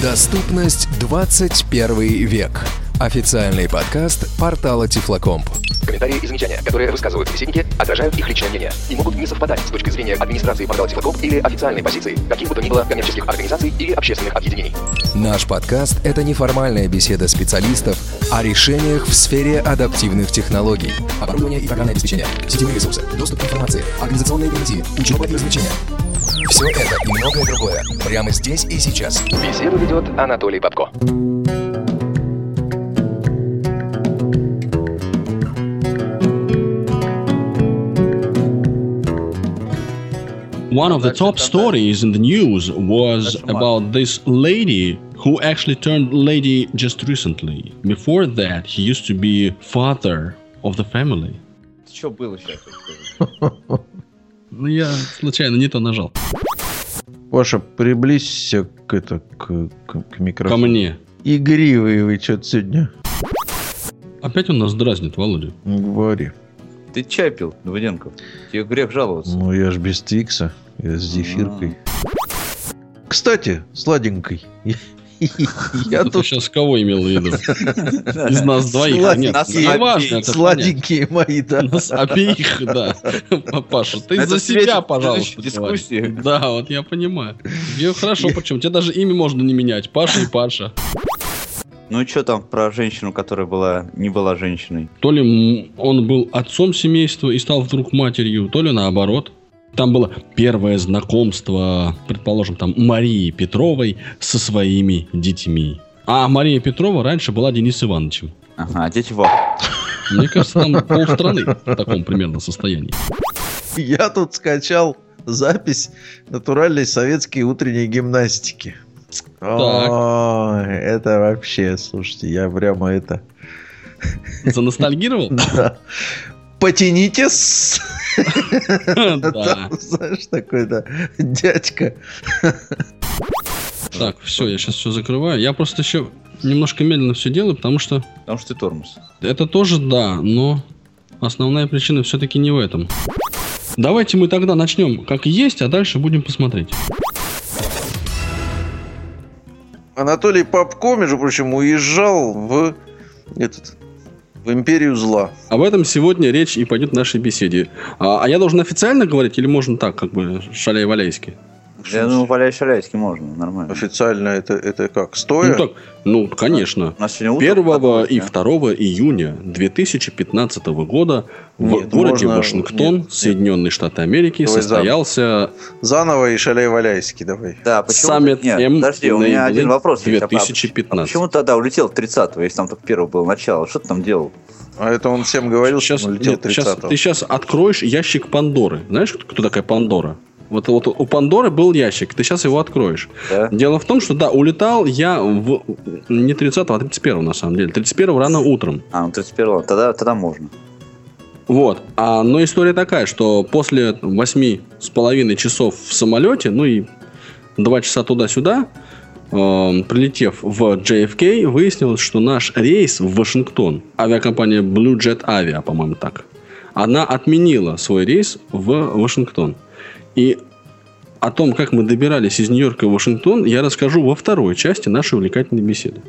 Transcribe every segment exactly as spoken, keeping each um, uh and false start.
Доступность двадцать первый век. Официальный подкаст портала Тифлокомп. Комментарии и замечания, которые высказывают собеседники, отражают их личное мнение и могут не совпадать с точки зрения администрации портала Тифлокомп или официальной позиции каких бы то ни было коммерческих организаций или общественных объединений. Наш подкаст – это неформальная беседа специалистов о решениях в сфере адаптивных технологий. Оборудование и программное обеспечение, сетевые ресурсы, доступ к информации, организационные гарантии, учеба и развлечения. Все это и многое другое прямо здесь и сейчас. Беседу ведет Анатолий Бабко. One of the top stories in the news was about this lady who actually turned lady just recently. Before that, he used to be father of the family. Что было сейчас? Ну, я случайно не то нажал. Паша, приблизься к, это, к, к, к микрофону. Ко мне. Игривый вы что-то сегодня. Опять он нас дразнит, Володя. Говори. Ты чай пил, Давыденко? Тебе грех жаловаться. Ну, я ж без Твикса. Я с зефиркой. А-а-а. Кстати, сладенькой. Я тут сейчас кого имел в виду? Из нас двоих. Нет, важно. Сладенькие мои, да. Нас обеих, да. Паша, ты за себя, пожалуйста. Дискуссии. Да, вот я понимаю. Тебе хорошо, почему? Тебе даже имя можно не менять. Паша и Паша. Ну и что там про женщину, которая была не была женщиной? То ли он был отцом семейства и стал вдруг матерью, то ли наоборот. Там было первое знакомство, предположим, там Марии Петровой со своими детьми. А Мария Петрова раньше была Денисом Ивановичем. Ага, а дети во. Мне кажется, там полстраны в таком примерно состоянии. Я тут скачал запись натуральной советской утренней гимнастики. О, это вообще, слушайте, я прямо это... Заностальгировал? Да. Потянитесь. Да. Знаешь, такой, да, дядька. Так, все, я сейчас все закрываю. Я просто еще немножко медленно все делаю, потому что... Потому что ты тормоз. Это тоже да, но основная причина все-таки не в этом. Давайте мы тогда начнем как есть, а дальше будем посмотреть. Анатолий Попко, между прочим, уезжал в этот... в империю зла. Об этом сегодня речь и пойдет в нашей беседе. А, а я должен официально говорить или можно так, как бы шаляй-валяйски? Я думаю, валяй-шаляйски можно, нормально. Официально это, это как, стоя? Ну, так, ну конечно. первого и второго июня две тысячи пятнадцатого года нет, в городе можно... Вашингтон, нет, Соединенные нет. Штаты Америки, давай состоялся... Заново и шаляй-валяйски давай. Да, почему... Саммит М. Подожди, у меня один вопрос. две тысячи пятнадцатый. А почему тогда улетел тридцатого, если там только первого было начало? Что ты там делал? А это он всем говорил, сейчас, что он улетел тридцатого. Сейчас, ты сейчас откроешь ящик Пандоры. Знаешь, кто такая Пандора? Вот, вот у Пандоры был ящик, ты сейчас его откроешь. Да? Дело в том, что да, улетал я в не тридцатого, а тридцать первого на самом деле. тридцать первого рано утром. А, ну тридцать первого, тогда, тогда можно. Вот. А, но история такая, что после восьми с половиной часов в самолете, ну и два часа туда-сюда, э, прилетев в джей эф кей, выяснилось, что наш рейс в Вашингтон, авиакомпания Blue Jet Avia, по-моему, так, она отменила свой рейс в Вашингтон. И о том, как мы добирались из Нью-Йорка в Вашингтон, я расскажу во второй части нашей увлекательной беседы.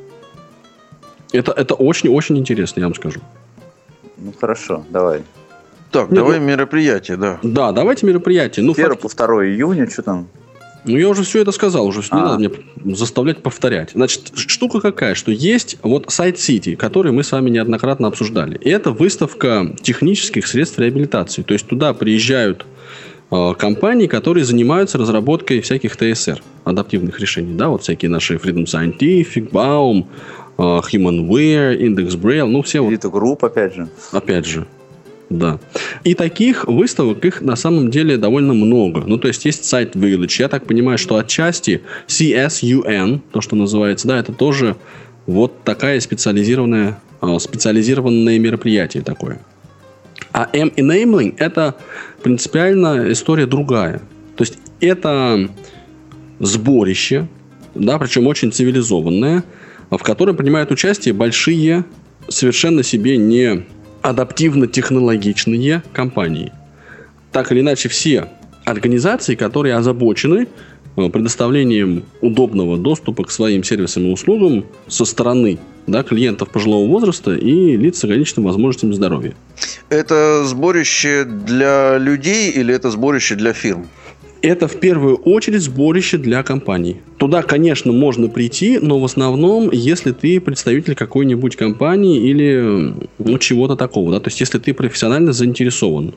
Это, это очень-очень интересно, я вам скажу. Ну, хорошо, давай. Так, Нет, давай ну, мероприятие, да. Да, давайте мероприятие. Ну, первого по второго июня, что там? Ну, я уже все это сказал, уже а. не надо мне заставлять повторять. Значит, штука какая, что есть вот Side City, который мы с вами неоднократно обсуждали. И это выставка технических средств реабилитации. То есть, туда приезжают компании, которые занимаются разработкой всяких ти эс эр, адаптивных решений. Да, вот всякие наши Freedom Scientific, Baum, Humanware, Index Braille, ну все вот. Это групп, опять же. Опять же, да. И таких выставок, их на самом деле довольно много. Ну, то есть, есть сайт Village. Я так понимаю, что отчасти си эс ю эн, то, что называется, да, это тоже вот такая специализированная, специализированное мероприятие такое. А M-Enabling – это принципиально история другая. То есть, это сборище, да, причем очень цивилизованное, в котором принимают участие большие, совершенно себе не адаптивно-технологичные компании. Так или иначе, все организации, которые озабочены предоставлением удобного доступа к своим сервисам и услугам со стороны, да, клиентов пожилого возраста и лиц с ограниченными возможностями здоровья. Это сборище для людей или это сборище для фирм? Это в первую очередь сборище для компаний. Туда, конечно, можно прийти, но в основном, если ты представитель какой-нибудь компании или ну, чего-то такого, да, то есть если ты профессионально заинтересован.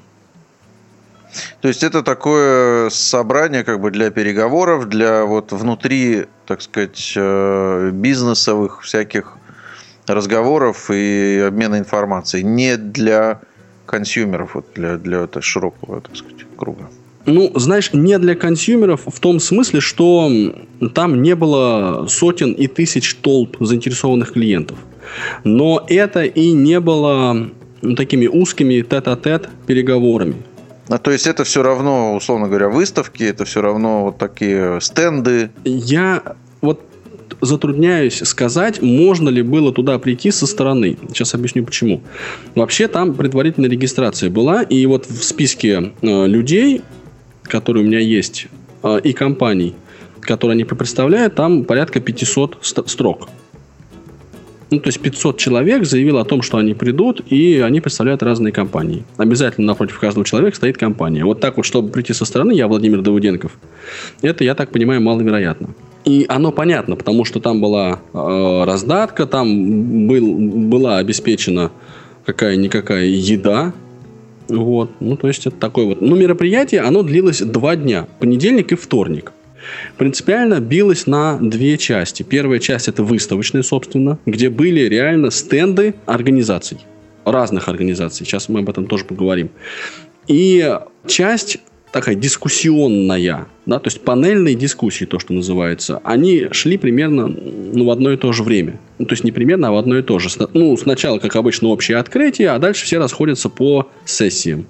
То есть это такое собрание как бы для переговоров, для вот внутри, так сказать, бизнесовых всяких разговоров и обмена информацией, не для консюмеров, вот для, для широкого, так сказать, круга. Ну, знаешь, не для консюмеров в том смысле, что там не было сотен и тысяч толп заинтересованных клиентов. Но это и не было ну, такими узкими тет-а-тет переговорами. А то есть это все равно, условно говоря, выставки, это все равно вот такие стенды? Я вот затрудняюсь сказать, можно ли было туда прийти со стороны. Сейчас объясню почему. Вообще там предварительная регистрация была, и вот в списке э, людей, которые у меня есть, э, и компаний, которые они представляют, там порядка пятьсот ст- строк. Ну, то есть пятьсот человек заявило о том, что они придут, и они представляют разные компании. Обязательно напротив каждого человека стоит компания. Вот так вот, чтобы прийти со стороны, я, Владимир Давыденков, это, я так понимаю, маловероятно. И оно понятно, потому что там была э, раздатка, там был, была обеспечена какая-никакая еда. Вот. Ну, то есть это такое вот. Ну, мероприятие, оно длилось два дня. Понедельник и вторник. Принципиально билось на две части. Первая часть — это выставочная, собственно, где были реально стенды организаций. Разных организаций. Сейчас мы об этом тоже поговорим. И часть такая дискуссионная, да, то есть панельные дискуссии, то, что называется, они шли примерно ну, в одно и то же время. Ну, то есть не примерно, а в одно и то же. Ну, сначала, как обычно, общее открытие, а дальше все расходятся по сессиям.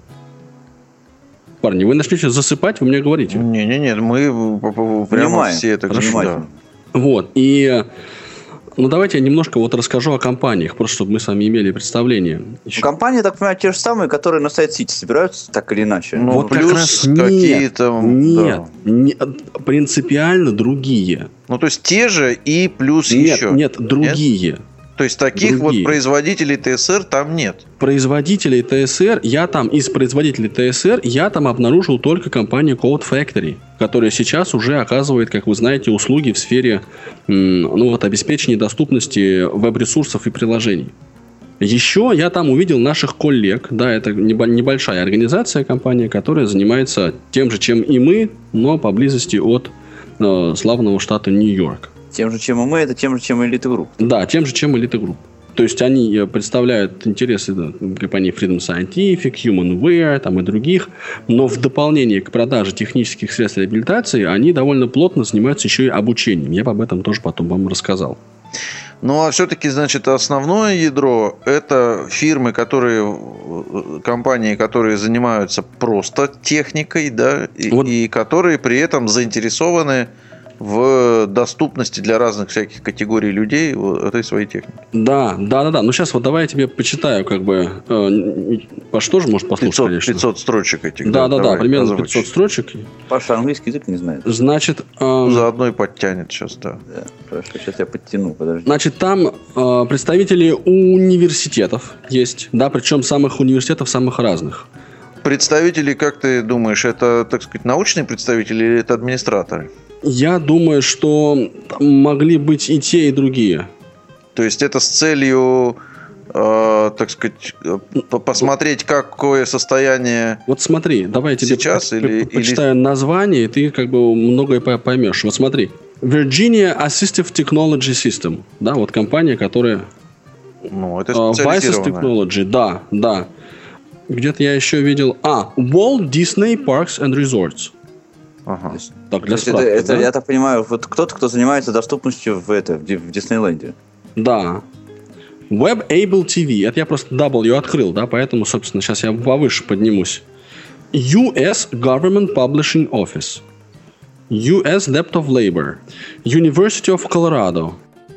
Парни, вы начнете засыпать, вы мне говорите. Не-не-не, мы прямо Понимаем. все это говорим. Вот, и... Ну, давайте я немножко вот расскажу о компаниях, просто чтобы мы с вами имели представление. Еще. Компании, так понимаю, те же самые, которые на Сайт Сити собираются, так или иначе. Ну, вот плюс как раз какие-то... Нет, да. не, принципиально другие. Ну, то есть те же и плюс нет, еще. Нет, другие. Нет? То есть таких другие. вот производителей ТСР там нет? Производителей ТСР, я там, из производителей ТСР, я там обнаружил только компанию Code Factory, которая сейчас уже оказывает, как вы знаете, услуги в сфере ну, вот, обеспечения доступности веб-ресурсов и приложений. Еще я там увидел наших коллег, да, это небольшая организация, компания, которая занимается тем же, чем и мы, но поблизости от э, славного штата Нью-Йорк. Тем же, чем и мы, это тем же, чем Elite Group. Да, тем же, чем Elite Group. То есть они представляют интересы да, компаний Freedom Scientific, HumanWare там, и других, но в дополнение к продаже технических средств реабилитации они довольно плотно занимаются еще и обучением. Я об этом тоже потом вам рассказал. Ну, а все-таки, значит, основное ядро – это фирмы, которые, компании, которые занимаются просто техникой, да, и, вот. и которые при этом заинтересованы в доступности для разных всяких категорий людей этой своей техники. Да, да, да, да. Ну сейчас вот давай я тебе почитаю, как бы э, Паш тоже может послушать, пятьсот, конечно. пятьсот строчек этих. Да, да, да, давай, примерно озвучь. пятьсот строчек. Паша английский язык не знает. Значит, э, заодно и подтянет сейчас, да. Да, хорошо, сейчас я подтяну, подожди. Значит, там э, представители университетов есть, да, причем самых университетов, самых разных. Представители, как ты думаешь, это, так сказать, научные представители или это администраторы? Я думаю, что могли быть и те, и другие. То есть это с целью, э, так сказать, посмотреть, какое состояние. Вот смотри, давай я тебе сейчас по- или, по- почитаю или... название, и ты как бы многое поймешь. Вот смотри. Virginia Assistive Technology System. Да, вот компания, которая... Ну, это uh, специализированная. Vices Technology, да, да. Где-то я еще видел... А, Walt Disney Parks and Resorts. Ага. Есть, так, для это, справки, это, да? я так понимаю, вот кто-то, кто занимается доступностью в, это, в, в Диснейленде. Да. WebAble ти ви. Это я просто W открыл, да, поэтому, собственно, сейчас я повыше поднимусь. ю эс Government Publishing Office. ю эс Dept of Labor. University of Colorado.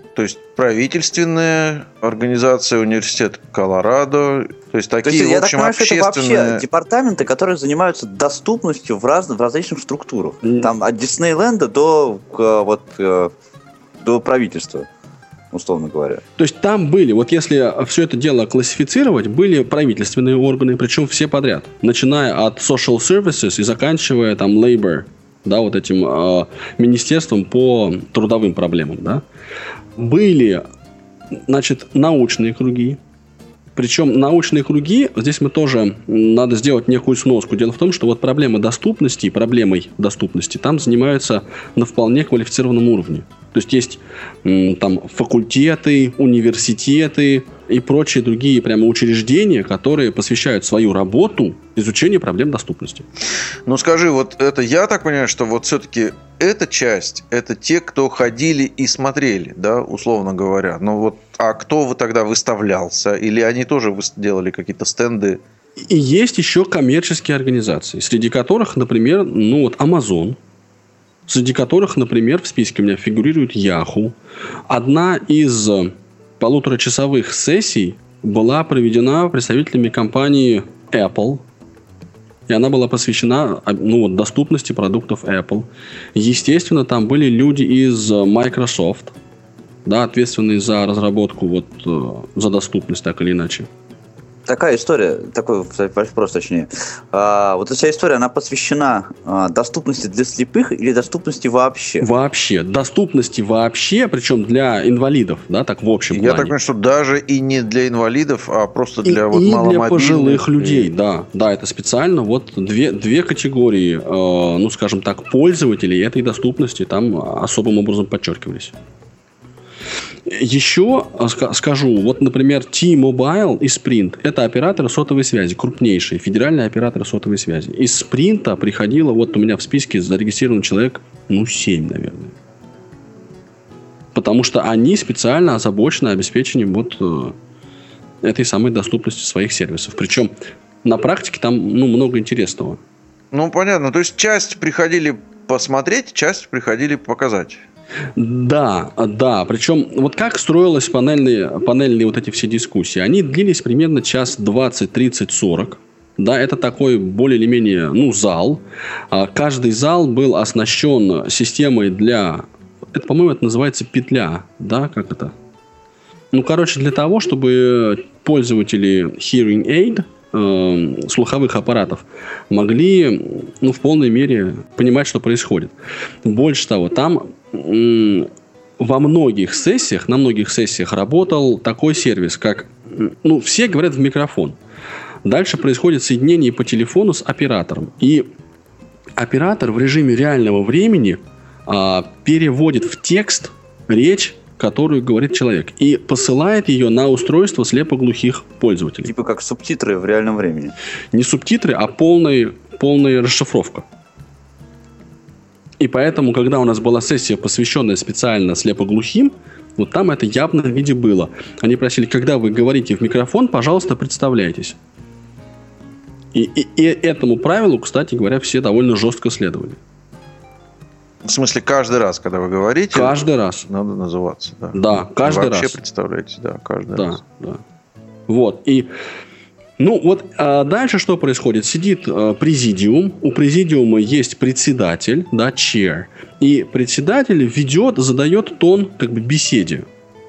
То есть правительственная организация, университет Колорадо, то есть такие, то есть, я в общем, так понимаю, общественные... что это вообще департаменты, которые занимаются доступностью в, раз... в различных структурах. Mm. Там от Диснейленда до, вот, до правительства, условно говоря. То есть там были, вот если все это дело классифицировать, были правительственные органы, причем все подряд, начиная от social services и заканчивая там labor, да, вот этим э, министерством по трудовым проблемам, да. Были, значит, научные круги. Причем научные круги, здесь мы тоже надо сделать некую сноску. Дело в том, что вот проблема доступности, проблемой доступности там занимаются на вполне квалифицированном уровне. То есть есть м, там факультеты, университеты и прочие другие прямо учреждения, которые посвящают свою работу изучению проблем доступности. Ну скажи, вот это я так понимаю, что вот все-таки эта часть, это те, кто ходили и смотрели, да, условно говоря. Ну вот, а кто вы тогда выставлялся? Или они тоже делали какие-то стенды? И есть еще коммерческие организации, среди которых, например, ну вот Amazon, среди которых, например, в списке у меня фигурирует Yahoo. Одна из полуторачасовых сессий была проведена представителями компании Apple. И она была посвящена, ну, вот, доступности продуктов Apple. Естественно, там были люди из Microsoft, да, ответственные за разработку, вот, за доступность, так или иначе. Такая история, такой вопрос точнее. А, вот эта вся история, она посвящена а, доступности для слепых или доступности вообще? Вообще. Доступности вообще, причем для инвалидов, да, так в общем Я плане. так понимаю, что даже и не для инвалидов, а просто для и, вот и маломобильных. для пожилых людей, и... да. Да, это специально вот две, две категории, э, ну, скажем так, пользователей этой доступности там особым образом подчеркивались. Еще скажу, вот, например, T-Mobile и Sprint – это операторы сотовой связи, крупнейшие, федеральные операторы сотовой связи. Из Sprint приходило, вот у меня в списке зарегистрирован человек, ну, семь, наверное. Потому что они специально озабочены обеспечением вот э, этой самой доступности своих сервисов. Причем на практике там, ну, много интересного. Ну, понятно. То есть часть приходили посмотреть, часть приходили показать. Да, да. Причем вот как строились панельные, панельные вот эти все дискуссии. Они длились примерно час двадцать, тридцать, сорок. Да, это такой более или менее, ну, зал. Каждый зал был оснащен системой для... Это, по-моему, это называется петля. Да, как это? Ну, короче, для того, чтобы пользователи hearing aid, э, слуховых аппаратов, могли, ну, в полной мере понимать, что происходит. Больше того, там э, во многих сессиях, на многих сессиях работал такой сервис, как... Ну, все говорят в микрофон. Дальше происходит соединение по телефону с оператором. И оператор в режиме реального времени э, переводит в текст речь, которую говорит человек, и посылает ее на устройство слепоглухих пользователей. Типа как субтитры в реальном времени. Не субтитры, а полная, полная расшифровка. И поэтому, когда у нас была сессия, посвященная специально слепоглухим, вот там это явно в виде было. Они просили, когда вы говорите в микрофон, пожалуйста, представляйтесь. И, и, и этому правилу, кстати говоря, все довольно жестко следовали. В смысле, каждый раз, когда вы говорите, каждый раз надо называться. Да, да каждый вы вообще раз. представляете, да, каждый да, раз. Да. Вот. И, ну, вот а дальше что происходит? Сидит а, президиум. У президиума есть председатель, да, chair. И председатель ведет, задает тон, как бы, беседе.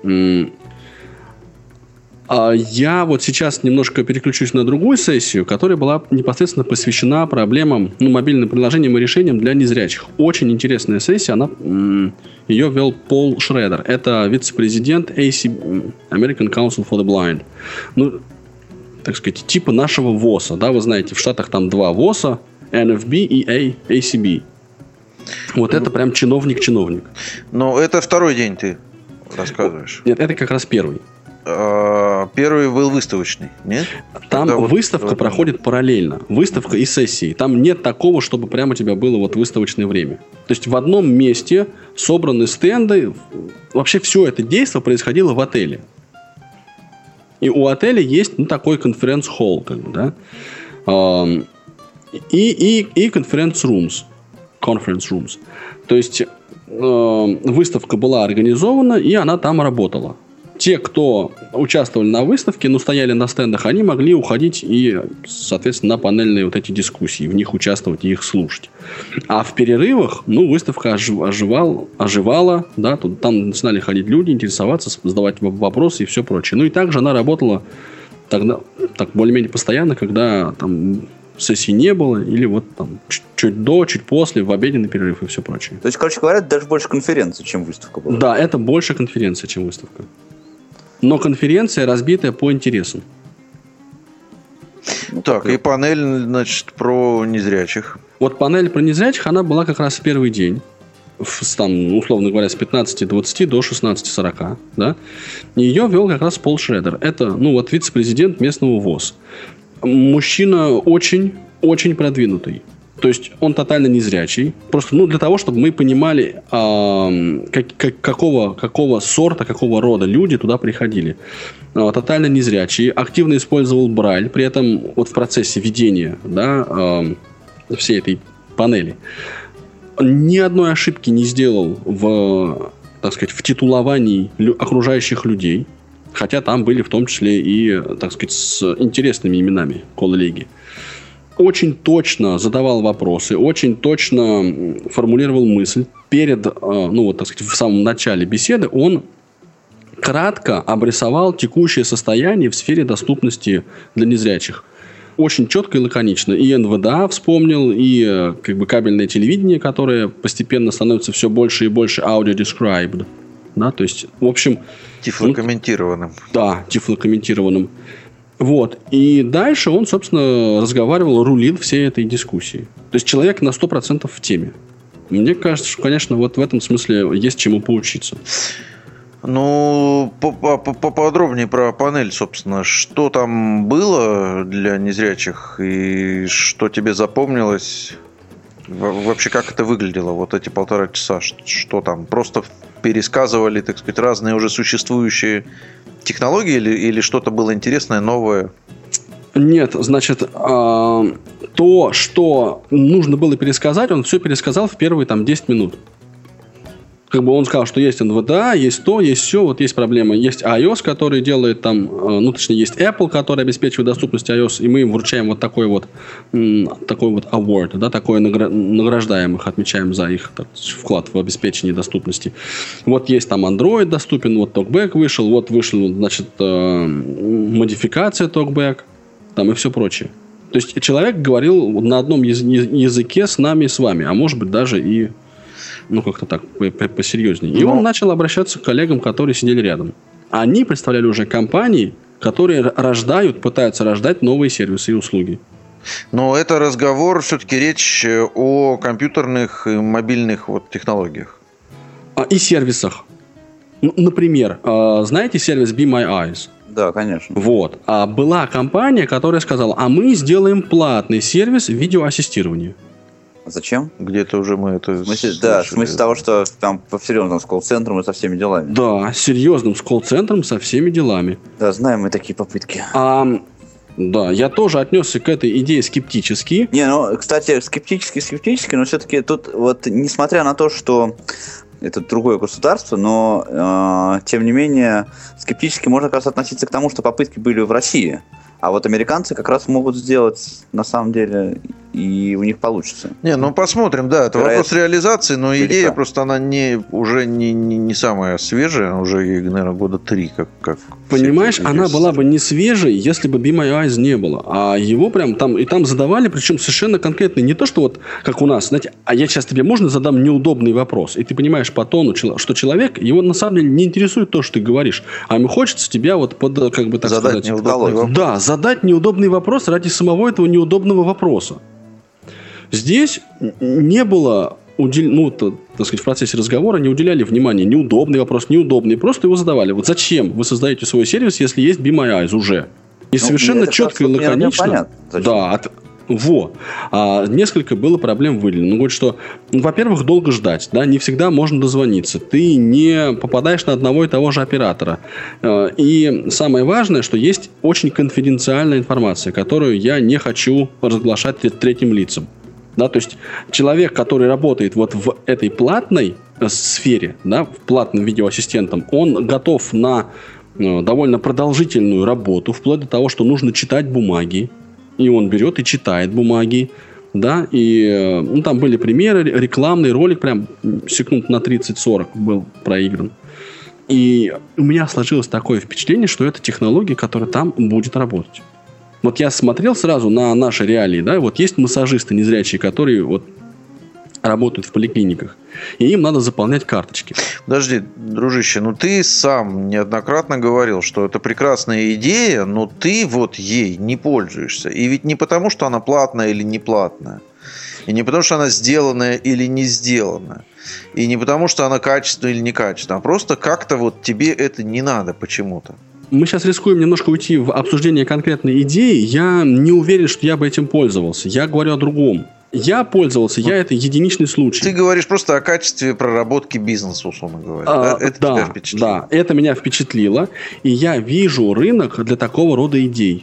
Я вот сейчас немножко переключусь на другую сессию, которая была непосредственно посвящена проблемам, ну, мобильным приложениям и решениям для незрячих. Очень интересная сессия. Она, ее вел Пол Шредер. Это вице-президент эй си би, American Council for the Blind. Ну, так сказать, типа нашего ВОСа. Да, вы знаете, в Штатах там два ВОСа, эн эф би и эй си би. Вот это прям чиновник-чиновник. Но это второй день ты рассказываешь. Нет, это как раз первый. Первый был выставочный, нет? Там Когда выставка вот... проходит параллельно. Выставка и сессии. Там нет такого, чтобы прямо у тебя было вот выставочное время. То есть в одном месте собраны стенды. Вообще все это действие происходило в отеле. И у отеля есть, ну, такой конференц-холл, как бы, да. И, и, и конференц-румс. Conference rooms. То есть э, выставка была организована, и она там работала. Те, кто участвовали на выставке, но стояли на стендах, они могли уходить и, соответственно, на панельные вот эти дискуссии, в них участвовать и их слушать. А в перерывах, ну, выставка ожив, оживал, оживала, да, тут, там начинали ходить люди, интересоваться, задавать вопросы и все прочее. Ну, и также она работала тогда, так, более-менее постоянно, когда там сессии не было, или вот там чуть, чуть до, чуть после, в обеденный перерыв и все прочее. То есть, короче говоря, даже больше конференция, чем выставка была. Да, это больше конференция, чем выставка. Но конференция разбитая по интересам. Так, и панель, значит, про незрячих. Вот панель про незрячих, она была как раз в первый день. В, там, условно говоря, с пятнадцати двадцати до шестнадцати сорока. Да? И ее вел как раз Пол Шредер. Это, ну, вот вице-президент местного ВОЗ. Мужчина очень, очень продвинутый. То есть он тотально незрячий. Просто ну, для того, чтобы мы понимали, э, как, как, какого, какого сорта, какого рода люди туда приходили. Э, тотально незрячий. Активно использовал Брайль. При этом вот в процессе ведения, да, э, всей этой панели ни одной ошибки не сделал в, так сказать, в титуловании лю- окружающих людей. Хотя там были в том числе и, так сказать, с интересными именами коллеги. Очень точно задавал вопросы, очень точно формулировал мысль. Перед, ну вот, так сказать, в самом начале беседы он кратко обрисовал текущее состояние в сфере доступности для незрячих. Очень четко и лаконично. И эн вэ дэ а вспомнил, и как бы кабельное телевидение, которое постепенно становится все больше и больше audio-described. Да, то есть, в общем... Тифлокомментированным. Да, тифлокомментированным. Вот. И дальше он, собственно, разговаривал, рулил всей этой дискуссии. То есть человек на сто процентов в теме. Мне кажется, что, конечно, вот в этом смысле есть чему поучиться. Ну, поподробнее про панель, собственно. Что там было для незрячих и что тебе запомнилось? Вообще, как это выглядело, вот эти полтора часа? Что там? Просто пересказывали, так сказать, разные уже существующие технологии или, или что-то было интересное, новое? Нет, значит, э, то, что нужно было пересказать, он все пересказал в первые там десять минут. Как бы он сказал, что есть эн вэ дэ а, есть то, есть все, вот есть проблема. Есть iOS, который делает там, ну, точнее, есть Apple, который обеспечивает доступность iOS, и мы им вручаем вот такой вот, такой вот award, да, такое награждаем их, отмечаем за их так, вклад в обеспечение доступности. Вот есть там Android доступен, вот TalkBack вышел, вот вышел, значит, модификация TalkBack, там и все прочее. То есть человек говорил на одном языке с нами и с вами, а может быть даже и ну, как-то так, посерьезнее. И Но... он начал обращаться к коллегам, которые сидели рядом. Они представляли уже компании, которые рождают, пытаются рождать новые сервисы и услуги. Но это разговор, все-таки речь о компьютерных и мобильных вот технологиях. И сервисах. Например, знаете сервис Be My Eyes? Да, конечно. Вот. А была компания, которая сказала, а мы сделаем платный сервис видеоассистирования. Зачем? Где-то уже мы это... В смысле, да, в смысле того, что там серьезным с колл-центром и со всеми делами. Да, серьезным с колл-центром со всеми делами. Да, знаем мы такие попытки. А, да, я тоже отнесся к этой идее скептически. Не, ну, кстати, скептически-скептически, но все-таки тут вот, несмотря на то, что это другое государство, но, э, тем не менее, скептически можно как раз относиться к тому, что попытки были в России. А вот американцы как раз могут сделать, на самом деле, и у них получится. Не, ну посмотрим, да, это Вероятно. Вопрос реализации, но Велика. Идея просто, она не, уже не, не, не самая свежая, уже ей, наверное, года три, как... как Понимаешь, она была бы не свежей, если бы Be My Eyes не было, а его прям там, и там задавали, причем совершенно конкретно, не то, что вот, как у нас, знаете, а я сейчас тебе можно задам неудобный вопрос, и ты понимаешь по тону, что человек, его на самом деле не интересует то, что ты говоришь, а ему хочется тебя вот под, как бы так задать сказать... неудобный вопрос. Да, задать неудобный вопрос ради самого этого неудобного вопроса. Здесь не было, удел... ну, то, так сказать, в процессе разговора не уделяли внимания. Неудобный вопрос, неудобный, просто его задавали. Вот зачем вы создаете свой сервис, если есть Be My Eyes уже? И ну, совершенно четко и лаконично. Да, от... Во. А несколько было проблем выделено. Он говорит, что, ну, во-первых, долго ждать, да, не всегда можно дозвониться. Ты не попадаешь на одного и того же оператора. И самое важное, что есть очень конфиденциальная информация, которую я не хочу разглашать третьим лицам. Да, то есть человек, который работает вот в этой платной сфере, да, в платным видеоассистентом, он готов на э, довольно продолжительную работу, вплоть до того, что нужно читать бумаги. И он берет и читает бумаги. Да, и э, ну, там были примеры, рекламный ролик, прям секунд на тридцать-сорок был проигран. И у меня сложилось такое впечатление, что это технология, которая там будет работать. Вот я смотрел сразу на наши реалии, да, вот есть массажисты незрячие, которые вот работают в поликлиниках, и им надо заполнять карточки. Подожди, дружище, ну ты сам неоднократно говорил, что это прекрасная идея, но ты вот ей не пользуешься. И ведь не потому, что она платная или не платная, и не потому, что она сделанная или не сделанная, и не потому, что она качественная или некачественная, а просто как-то вот тебе это не надо почему-то. Мы сейчас рискуем немножко уйти в обсуждение конкретной идеи. Я не уверен, что я бы этим пользовался. Я говорю о другом. Я пользовался, я это единичный случай. Ты говоришь просто о качестве проработки бизнеса, условно говоря. А, это да, тебя впечатлило? Да, это меня впечатлило. И я вижу рынок для такого рода идей.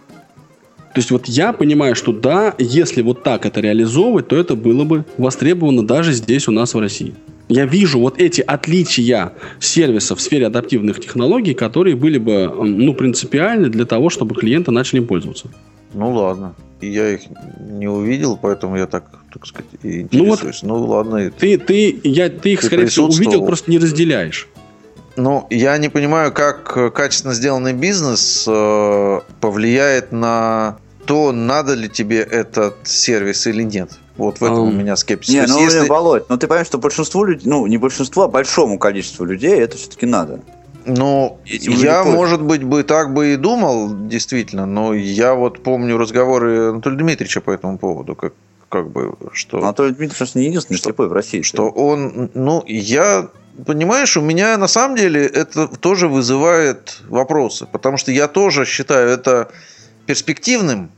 То есть вот я понимаю, что да, если вот так это реализовывать, то это было бы востребовано даже здесь у нас в России. Я вижу вот эти отличия сервисов в сфере адаптивных технологий, которые были бы, ну, принципиальны для того, чтобы клиенты начали им пользоваться. Ну ладно. И я их не увидел, поэтому я так, так сказать, и интересуюсь. Ну, вот ну ладно. Ты, ты, я, ты их, ты скорее всего, увидел, просто не разделяешь. Ну, я не понимаю, как качественно сделанный бизнес э, повлияет на то, надо ли тебе этот сервис или нет. Вот в этом um, у меня скепсис. Не, ну, если... Володь, ну ты понимаешь, что большинству людей, ну не большинству, а большому количеству людей это все-таки надо. Ну, я, может быть, бы так бы и думал, действительно, но я вот помню разговоры Анатолия Дмитриевича по этому поводу, как, как бы, что... Анатолий Дмитриевич не единственный что, слепой в России. Что он, ну, я, понимаешь, у меня на самом деле это тоже вызывает вопросы, потому что я тоже считаю это перспективным,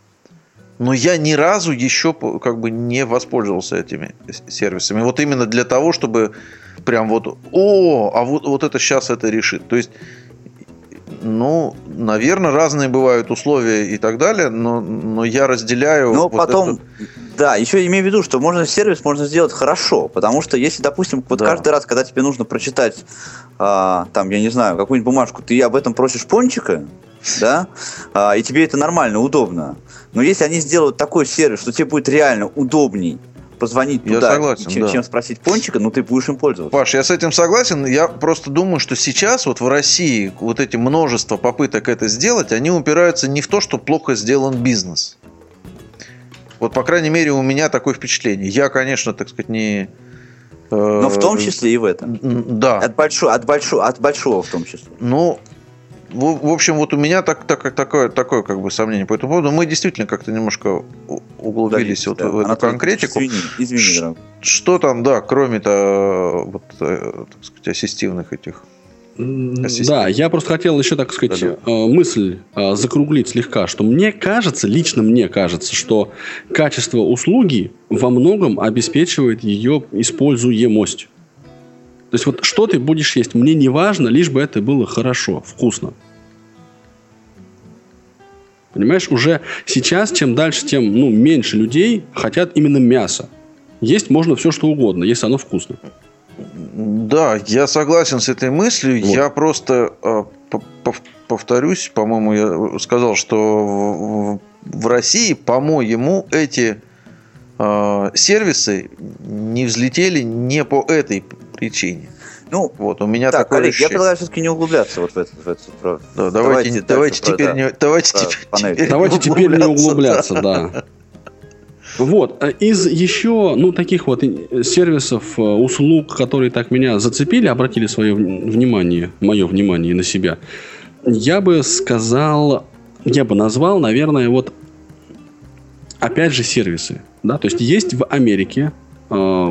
но я ни разу еще как бы не воспользовался этими сервисами. Вот именно для того, чтобы прям вот, о, а вот, вот это сейчас это решит. То есть, ну, наверное, разные бывают условия и так далее, но, но я разделяю... Но вот потом, это... да, еще имею в виду, что можно сервис можно сделать хорошо, потому что если, допустим, вот да. каждый раз, когда тебе нужно прочитать, а, там, я не знаю, какую-нибудь бумажку, ты об этом просишь пончика, да, а, и тебе это нормально, удобно. Но если они сделают такой сервис, что тебе будет реально удобней позвонить я туда, согласен, чем, да. чем спросить пончика, ну ты будешь им пользоваться. Паш, я с этим согласен. Я просто думаю, что сейчас вот в России вот эти множество попыток это сделать, они упираются не в то, что плохо сделан бизнес. Вот, по крайней мере, у меня такое впечатление. Я, конечно, так сказать, не... Но в том числе и в этом. Да. От большого, от большого, от большого в том числе. Ну... В, в общем, вот у меня так, так, такое, такое как бы сомнение по этому поводу. Мы действительно как-то немножко углубились да, вот да. в эту Анатолий, конкретику. Извини, извини, дорогой. Что там, да, кроме-то вот, так сказать, ассистивных этих. Ассистив. Да, я просто хотел еще, так сказать, да, да. мысль закруглить слегка, что мне кажется, лично мне кажется, что качество услуги во многом обеспечивает ее используемость. То есть, вот что ты будешь есть, мне не важно, лишь бы это было хорошо, вкусно. Понимаешь, уже сейчас, чем дальше, тем ну, меньше людей хотят именно мясо. Есть можно все, что угодно, если оно вкусно. Да, я согласен с этой мыслью. Вот. Я просто э, повторюсь, по-моему, я сказал, что в, в России, по-моему, эти э, сервисы не взлетели не по этой причине. Ну, вот, у меня так, такое коллеги, ощущение. я предлагаю все-таки не углубляться вот в это. В это про... да, давайте, давайте, давайте теперь, про, не, давайте про теперь, теперь, давайте теперь не углубляться, да. Вот, из еще, ну, таких вот сервисов, услуг, которые так меня зацепили, обратили свое внимание, мое внимание на себя, я бы сказал, я бы назвал, наверное, вот, опять же, сервисы, да, то есть есть в Америке э,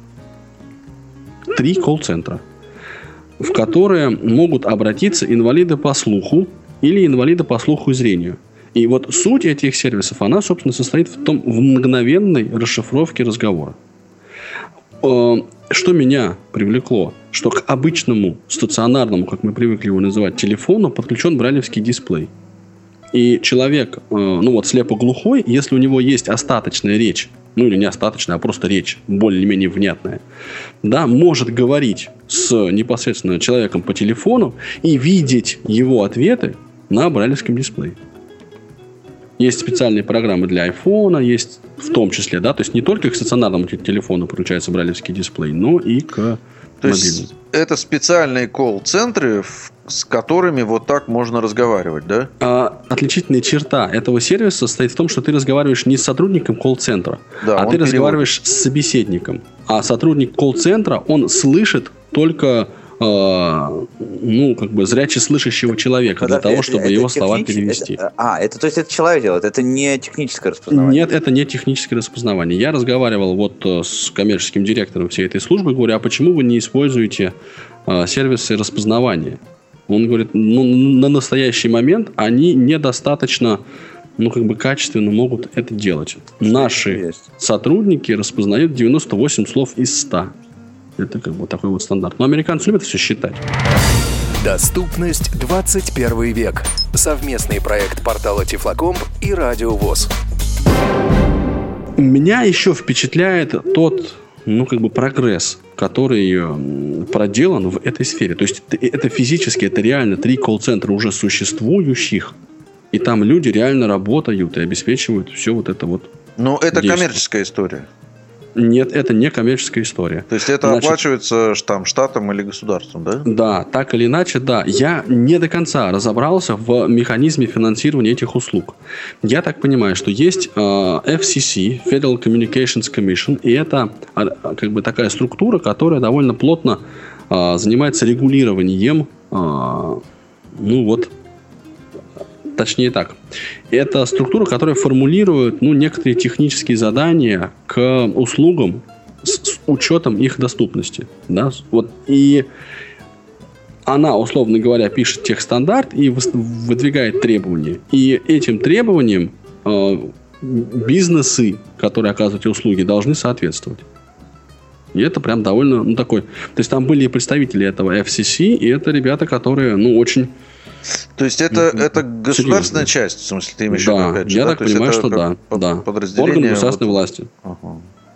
три колл-центра, в которые могут обратиться инвалиды по слуху или инвалиды по слуху и зрению. И вот суть этих сервисов, она, собственно, состоит в том, в мгновенной расшифровке разговора. Что меня привлекло, что к обычному стационарному, как мы привыкли его называть, телефону подключен брайлевский дисплей. И человек, ну вот слепоглухой, если у него есть остаточная речь, ну или не остаточная, а просто речь более-менее внятная, да, может говорить с непосредственно человеком по телефону и видеть его ответы на брайлевском дисплее. Есть специальные программы для айфона, есть в том числе, да, то есть не только к стационарному телефону подключается брайлевский дисплей, но и к То мобильному. есть это специальные колл-центры, с которыми вот так можно разговаривать, да? А, отличительная черта этого сервиса состоит в том, что ты разговариваешь не с сотрудником колл-центра, Да, а он ты переводит. разговариваешь с собеседником. А сотрудник колл-центра, он слышит только э, ну, как бы зряче слышащего человека для Подожди, того, это- чтобы это его слова технич- перевести. это- а, это то есть это человек делает, это не техническое распознавание? Нет, это не техническое распознавание. Я разговаривал вот э, с коммерческим директором всей этой службы, говорю, а почему вы не используете э, сервисы распознавания? Он говорит, ну, на настоящий момент они недостаточно, ну, как бы качественно могут это делать. Наши Есть. сотрудники распознают девяносто восемь слов из ста. Это как бы такой вот стандарт. Но американцы любят все считать. Доступность двадцать первый век. Совместный проект портала Тифлокомп и Радио ВОС. Меня еще впечатляет тот, ну, как бы прогресс, который м, проделан в этой сфере. То есть это- это физически, это реально три колл-центра уже существующих, и там люди реально работают и обеспечивают все вот это вот. Ну, это Действие. коммерческая история. Нет, это не коммерческая история. То есть это Значит, оплачивается там, штатом или государством, да? Да, так или иначе, да. Я не до конца разобрался в механизме финансирования этих услуг. Я так понимаю, что есть э, эф си си, Federal Communications Commission, и это э, как бы такая структура, которая довольно плотно э, занимается регулированием, э, ну вот, точнее так. Это структура, которая формулирует, ну, некоторые технические задания к услугам с, с учетом их доступности. Да? Вот. И она, условно говоря, пишет техстандарт и выс- выдвигает требования. И этим требованиям э, бизнесы, которые оказывают эти услуги, должны соответствовать. И это прям довольно, ну, такой... То есть там были представители этого эф си си, и это ребята, которые, ну, очень... То есть это, это государственная Серьезно. часть, в смысле, ты имеешь в виду, Да, опять же, я да? так То есть понимаю, это что как да. под- да. подразделение Орган государственной вот- власти. Ага.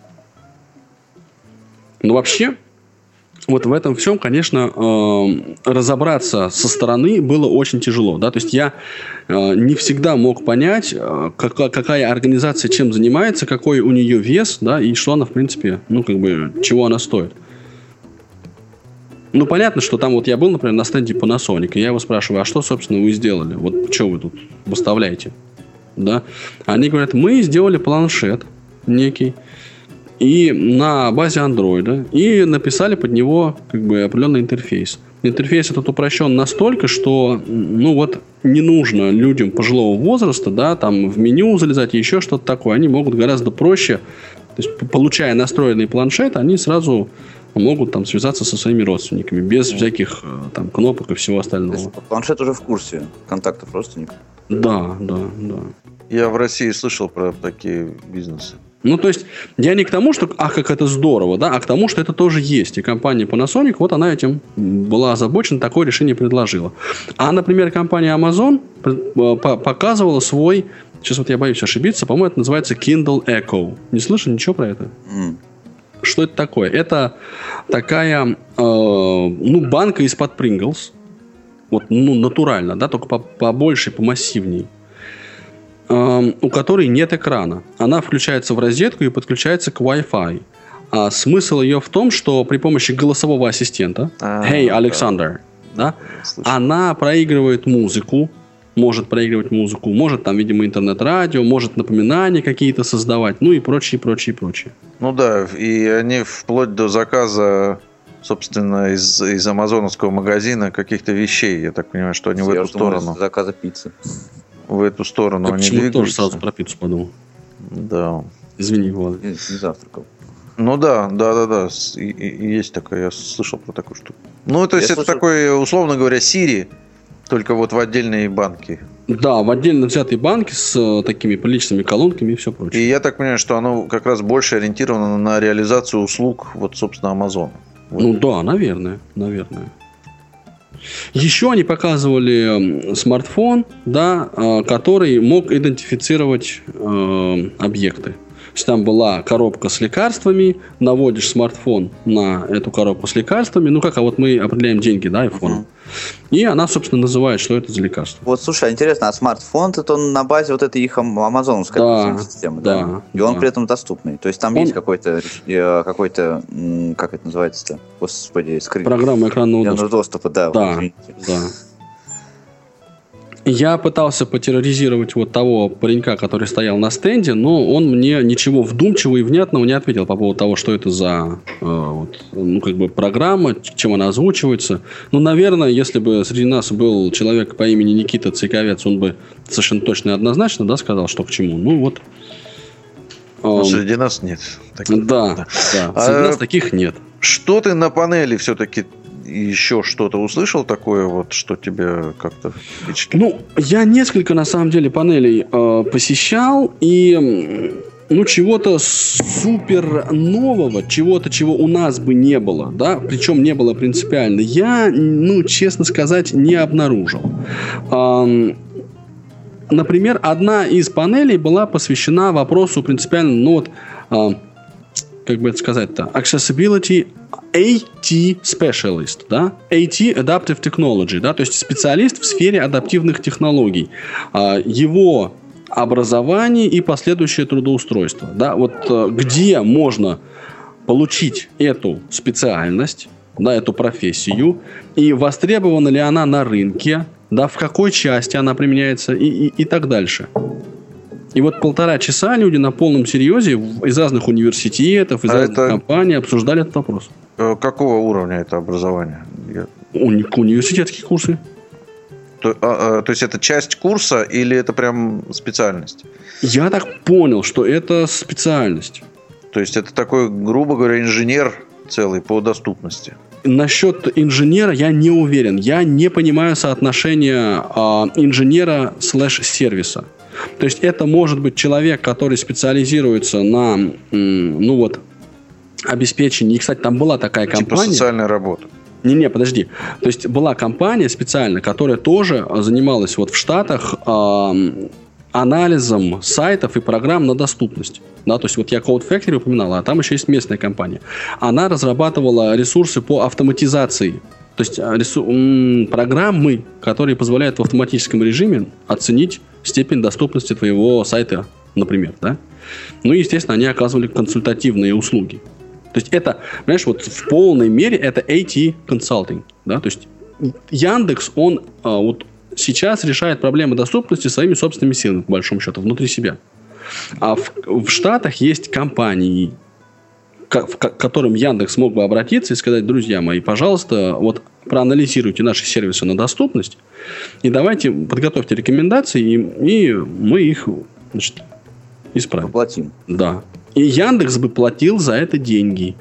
Но вообще, вот в этом всем, конечно, э, разобраться со стороны было очень тяжело. Да? То есть я э, не всегда мог понять, э, какая, какая организация чем занимается, какой у нее вес, да, и что она, в принципе, ну, как бы, чего она стоит. Ну, понятно, что там вот я был, например, на стенде Panasonic, и я его спрашиваю, а что, собственно, вы сделали? Вот что вы тут выставляете? Да? Они говорят, мы сделали планшет некий, и на базе андроида, и написали под него как бы определенный интерфейс. Интерфейс этот упрощен настолько, что ну вот не нужно людям пожилого возраста, да, там в меню залезать и еще что-то такое. Они могут гораздо проще, то есть, получая настроенный планшет, они сразу могут там связаться со своими родственниками без всяких э, там кнопок и всего То остального. есть планшет уже в курсе контактов родственников. Да, да, да. Я в России слышал про такие бизнесы. Ну, то есть, я не к тому, что, ах, как это здорово, да, а к тому, что это тоже есть. И компания Panasonic, вот она этим была озабочена, такое решение предложила. А, например, компания Amazon показывала свой, сейчас вот я боюсь ошибиться, по-моему, это называется Kindle Echo. Не слышал ничего про это? М. Что это такое? Это такая, э, ну, банка из-под Pringles. Вот, ну, натурально, да, только побольше, помассивней. У которой нет экрана. Она включается в розетку и подключается к Wi-Fi. А смысл ее в том, что при помощи голосового ассистента А, Hey, да. Alexander, да, Слышал. она проигрывает музыку, может проигрывать музыку, может там, видимо, интернет-радио, может напоминания какие-то создавать, ну и прочее, прочее, прочее. Ну да, и они вплоть до заказа, собственно, из, из амазоновского магазина каких-то вещей. Я так понимаю, что они в Я эту уж думал, сторону. заказа пиццы. В эту сторону Я они почему-то тоже двигаются. сразу про пиццу подумал. Да. Извини, Влад. Не, не завтракал. Ну да, да, да, да. с- и- и- есть такое, я слышал про такую штуку. Ну, то есть Я это слышал- такой, условно говоря, Siri, только вот в отдельной банке. Да, в отдельно взятой банке с э, такими приличными колонками и все И прочее. я так понимаю, что оно как раз больше ориентировано на реализацию услуг, вот, собственно, Амазона. Вот. Ну да, наверное, наверное. Еще они показывали м, смартфон, да, э, который мог идентифицировать э, объекты. есть там была коробка с лекарствами, наводишь смартфон на эту коробку с лекарствами, ну как, а вот мы определяем деньги, да, айфоном. Uh-huh. И она, собственно, называет, что это за лекарство. Вот, слушай, интересно, а смартфон это он на базе вот этой их амазоновской да, системы, да? да? И он да. при этом доступный. То есть там он... есть какой-то, какой-то, как это называется-то? Господи, скрыть. Программа экранного доступа. доступа. Да, да, вот, да. Я пытался потерроризировать вот того паренька, который стоял на стенде, но он мне ничего вдумчивого и внятного не ответил по поводу того, что это за э, вот, ну, как бы программа, чем она озвучивается. Ну, наверное, если бы среди нас был человек по имени Никита Цейковец, он бы совершенно точно и однозначно, да, сказал, что к чему. Ну, вот. Но э, среди нас нет. Таких, да, да, да. Среди а, нас таких нет. Что ты на панели все-таки... еще что-то услышал такое, вот, что тебе как-то впечатлило? Ну, я несколько, на самом деле, панелей э, посещал, и ну, чего-то супер нового, чего-то, чего у нас бы не было, да, причем не было принципиально, я, ну, честно сказать, не обнаружил. Э, например, одна из панелей была посвящена вопросу принципиально, ну, вот, э, как бы это сказать-то, accessibility эй ти specialist, да, эй ти Adaptive Technology, да, то есть специалист в сфере адаптивных технологий, его образование и последующее трудоустройство, да, вот где можно получить эту специальность, да, эту профессию, и востребована ли она на рынке, да, в какой части она применяется и, и, и так дальше. И вот полтора часа люди на полном серьезе из разных университетов, из а разных это... компаний обсуждали этот вопрос. Какого уровня это образование? Я... Уни- университетские курсы. То, а, а, то есть это часть курса или это прям специальность? Я так понял, что это специальность. То есть это такой, грубо говоря, инженер целый по доступности. Насчет инженера я не уверен. Я не понимаю соотношения а, инженера слэш-сервиса. То есть это может быть человек, который специализируется на, ну вот, обеспечении. И, кстати, там была такая компания. Типа социальная работа. Не-не, подожди. То есть была компания специально, которая тоже занималась вот в Штатах э, анализом сайтов и программ на доступность. Да, то есть вот я Code Factory упоминал, а там еще есть местная компания. Она разрабатывала ресурсы по автоматизации. То есть ресу- м- программы, которые позволяют в автоматическом режиме оценить степень доступности твоего сайта, например. Да? Ну и, естественно, они оказывали консультативные услуги. То есть это, понимаешь, вот в полной мере это эй ти консалтинг. Да? То есть Яндекс, он а, вот сейчас решает проблемы доступности своими собственными силами, по большому счету, внутри себя. А в, в Штатах есть компании, к, к которым Яндекс мог бы обратиться и сказать: друзья мои, пожалуйста, вот проанализируйте наши сервисы на доступность и давайте подготовьте рекомендации, и, и мы их, значит, исправим. Оплатим. Да. И Яндекс бы платил за это деньги.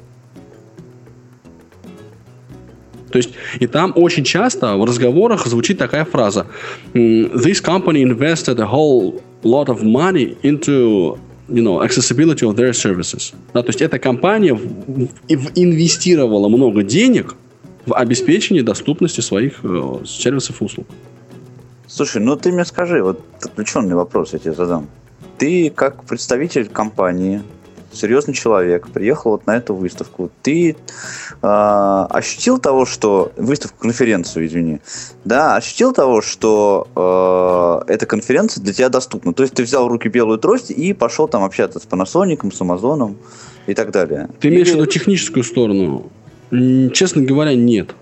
То есть, и там очень часто в разговорах звучит такая фраза: This company invested a whole lot of money into, you know, accessibility of their services. Да, то есть, эта компания в, в, в инвестировала много денег в обеспечение доступности своих э, сервисов и услуг. Слушай, ну ты мне скажи, вот отвлеченный вопрос я тебе задам. Ты как представитель компании, серьезный человек, приехал вот на эту выставку. Ты э, ощутил того, что... Выставку, конференцию, извини. Да, ощутил того, что э, эта конференция для тебя доступна. То есть ты взял в руки белую трость и пошел там общаться с Panasonic, с Amazon и так далее. Ты имеешь в Или... виду техническую сторону? Честно говоря, нет.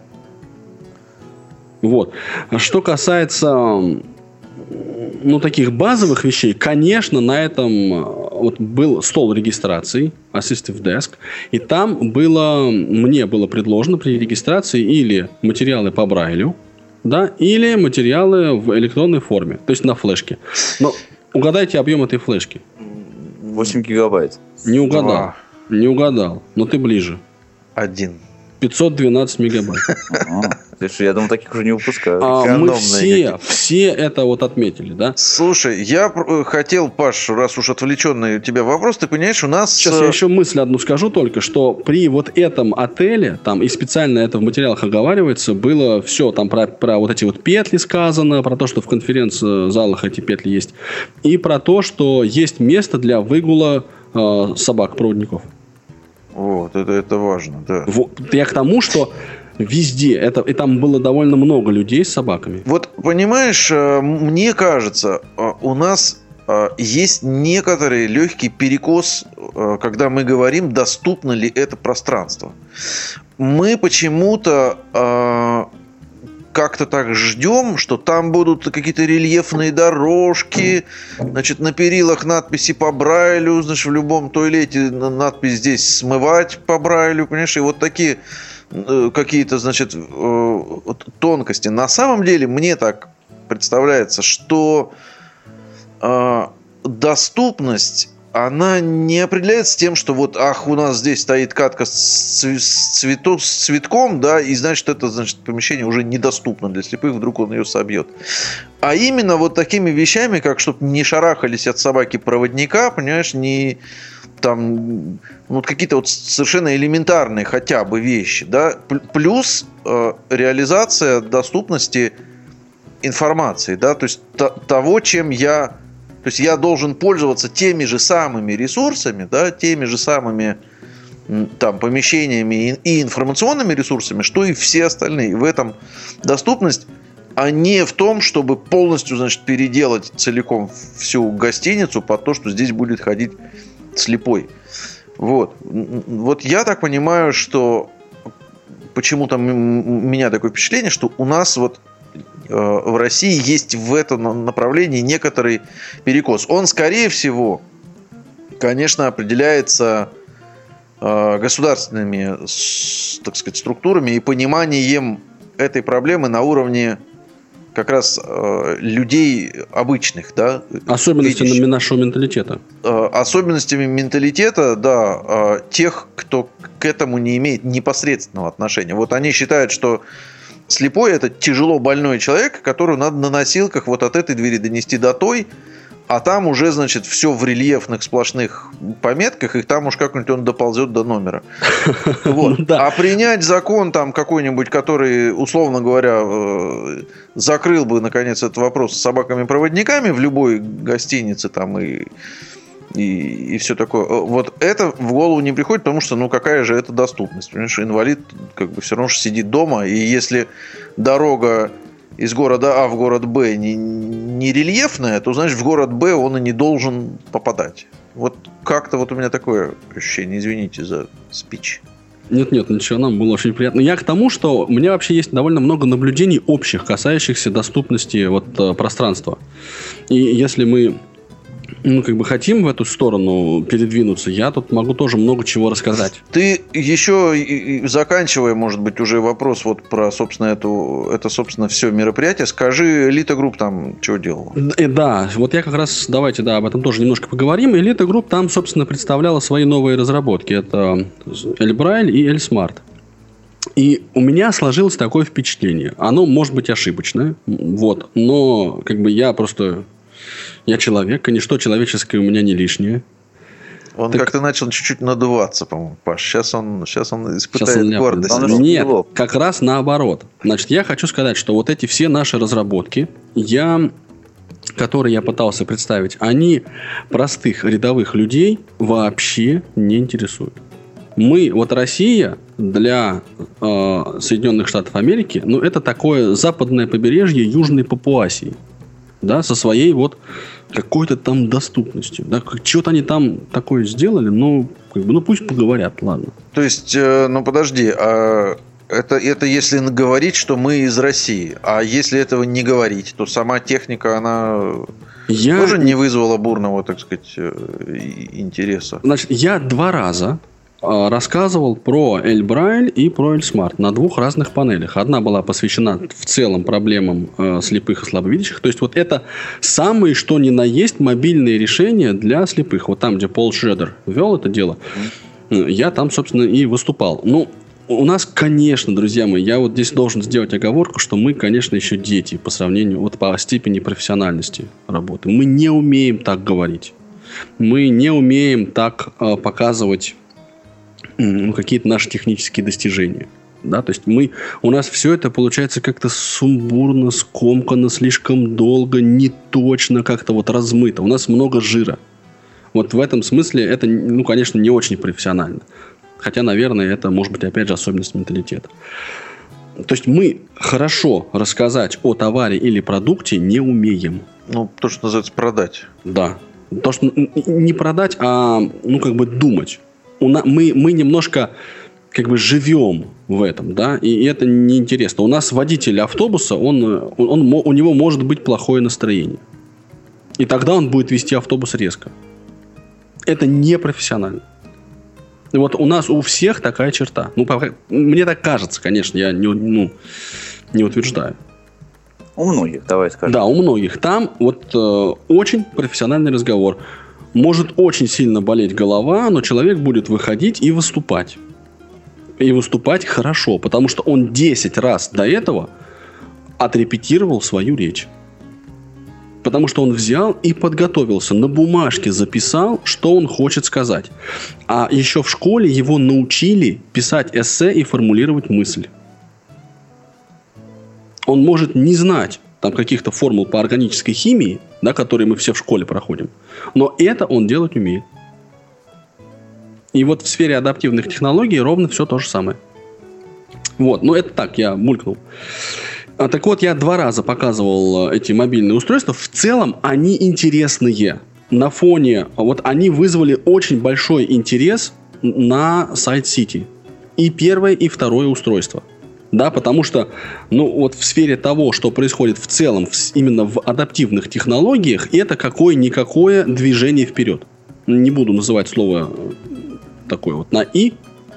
Вот. Что касается... ну, таких базовых вещей, конечно, на этом вот был стол регистрации, Assistive Desk, и там было, мне было предложено при регистрации или материалы по Брайлю, да, или материалы в электронной форме, то есть на флешке. Но угадайте объем этой флешки. восемь гигабайт. Не угадал. Два. Не угадал, но ты ближе. Один. пятьсот двенадцать мегабайт. Я думал, таких уже не выпускают. А мы все, все это вот отметили, да? Слушай, я хотел, Паш, раз уж отвлеченный у тебя вопрос, ты понимаешь, у нас... Сейчас я еще мысль одну скажу только, что при вот этом отеле, там и специально это в материалах оговаривается, было все, там про, про вот эти вот петли сказано, про то, что в конференц-залах эти петли есть, и про то, что есть место для выгула э, собак-проводников. Вот, это, это важно, да. Вот, я к тому, что везде, это, и там было довольно много людей с собаками. Вот, понимаешь, мне кажется, у нас есть некоторый легкий перекос, когда мы говорим, доступно ли это пространство. Мы почему-то как-то так ждем, что там будут какие-то рельефные дорожки, значит, на перилах надписи по Брайлю, значит, в любом туалете надпись здесь смывать по Брайлю, понимаешь, и вот такие какие-то, значит, тонкости. На самом деле, мне так представляется, что доступность, она не определяется тем, что вот, ах, у нас здесь стоит катка с, цвету, с цветком, да, и значит, это, значит, помещение уже недоступно для слепых, вдруг он ее собьет. А именно вот такими вещами, как чтобы не шарахались от собаки проводника, понимаешь, не там, ну, какие-то вот совершенно элементарные хотя бы вещи, да, плюс э, реализация доступности информации, да, то есть т- того, чем я То есть я должен пользоваться теми же самыми ресурсами, да, теми же самыми там, помещениями и информационными ресурсами, что и все остальные. В этом доступность, а не в том, чтобы полностью, значит, переделать целиком всю гостиницу под то, что здесь будет ходить слепой. Вот. Вот я так понимаю, что почему-то у меня такое впечатление, что у нас вот в России есть в этом направлении некоторый перекос. Он, скорее всего, конечно, определяется государственными, так сказать, структурами и пониманием этой проблемы на уровне как раз людей обычных, да, особенностями видящих. Нашего менталитета. Особенностями менталитета, да, тех, кто к этому не имеет непосредственного отношения. Вот они считают, что слепой – это тяжело больной человек, которого надо на носилках вот от этой двери донести до той, а там уже, значит, все в рельефных сплошных пометках, и там уж как-нибудь он доползет до номера. Вот. А принять закон там какой-нибудь, который, условно говоря, закрыл бы, наконец, этот вопрос с собаками-проводниками в любой гостинице там и... И, и все такое. Вот это в голову не приходит, потому что, ну, какая же это доступность? Понимаешь, инвалид как бы все равно же сидит дома, и если дорога из города А в город Б не, не рельефная, то, значит, в город Б он и не должен попадать. Вот как-то вот у меня такое ощущение. Извините за спич. Нет-нет, ничего, нам было очень приятно. Я к тому, что у меня вообще есть довольно много наблюдений общих, касающихся доступности вот, пространства. И если мы... ну, как бы хотим в эту сторону передвинуться, я тут могу тоже много чего рассказать. Ты еще, заканчивая, может быть, уже вопрос вот про, собственно, эту, это, собственно, все мероприятие, скажи, Elite Group там что делала? Да, вот я как раз, давайте, да, об этом тоже немножко поговорим. Elite Group там, собственно, представляла свои новые разработки. Это L-Braille и L-Smart. И у меня сложилось такое впечатление. Оно может быть ошибочное, вот, но как бы я просто... Я человек, и ничто человеческое у меня не лишнее. Он так... как-то начал чуть-чуть надуваться, по-моему, Паш. Сейчас он, сейчас он испытает сейчас он гордость. Нет, как раз наоборот. Значит, я хочу сказать, что вот эти все наши разработки, я, которые я пытался представить, они простых рядовых людей вообще не интересуют. Мы, вот Россия для э, Соединенных Штатов Америки, ну, это такое западное побережье Южной Папуасии. Да, со своей вот какой-то там доступностью. Да, что-то они там такое сделали, ну, как бы, ну пусть поговорят, ладно. То есть, э, ну подожди, а это, это если говорить, что мы из России, а если этого не говорить, то сама техника, она я... тоже не вызвала бурного, так сказать, интереса. Значит, я два раза рассказывал про L-Braille и про L-Smart на двух разных панелях. Одна была посвящена в целом проблемам э, слепых и слабовидящих. То есть, вот это самые, что ни на есть, мобильные решения для слепых. Вот там, где Пол Шредер вел это дело, mm. я там, собственно, и выступал. Ну, у нас, конечно, друзья мои, я вот здесь должен сделать оговорку, что мы, конечно, еще дети по сравнению, вот по степени профессиональности работы. Мы не умеем так говорить. Мы не умеем так э, показывать ну, какие-то наши технические достижения. Да? То есть мы, у нас все это получается как-то сумбурно, скомканно, слишком долго, не точно, как-то вот размыто. У нас много жира. Вот в этом смысле это, ну, конечно, не очень профессионально. Хотя, наверное, это, может быть, опять же, особенность менталитета. То есть мы хорошо рассказать о товаре или продукте не умеем. Ну, то, что называется продать. Да. То, что не продать, а, ну, как бы думать. У на, мы, мы немножко, как бы, живем в этом, да, и это неинтересно. У нас водитель автобуса, он, он, он, у него может быть плохое настроение. И тогда он будет вести автобус резко. Это непрофессионально. И вот у нас у всех такая черта. Ну, мне так кажется, конечно, я не, ну, не утверждаю. У многих, давай скажем. Да, у многих. Там вот э, очень профессиональный разговор. Может очень сильно болеть голова, но человек будет выходить и выступать. И выступать хорошо, потому что он десять раз до этого отрепетировал свою речь. Потому что он взял и подготовился, на бумажке записал, что он хочет сказать. А еще в школе его научили писать эссе и формулировать мысль. Он может не знать там каких-то формул по органической химии, да, которые мы все в школе проходим, но это он делать умеет. И вот в сфере адаптивных технологий ровно все то же самое. Вот, ну это так, я булькнул. А, так вот, я два раза показывал эти мобильные устройства. В целом они интересные. На фоне, вот они вызвали очень большой интерес на сайт Сити. И первое, и второе устройство. Да, потому что, ну, вот в сфере того, что происходит в целом, в, именно в адаптивных технологиях, это какое-никакое движение вперед. Не буду называть слово такое вот на «и».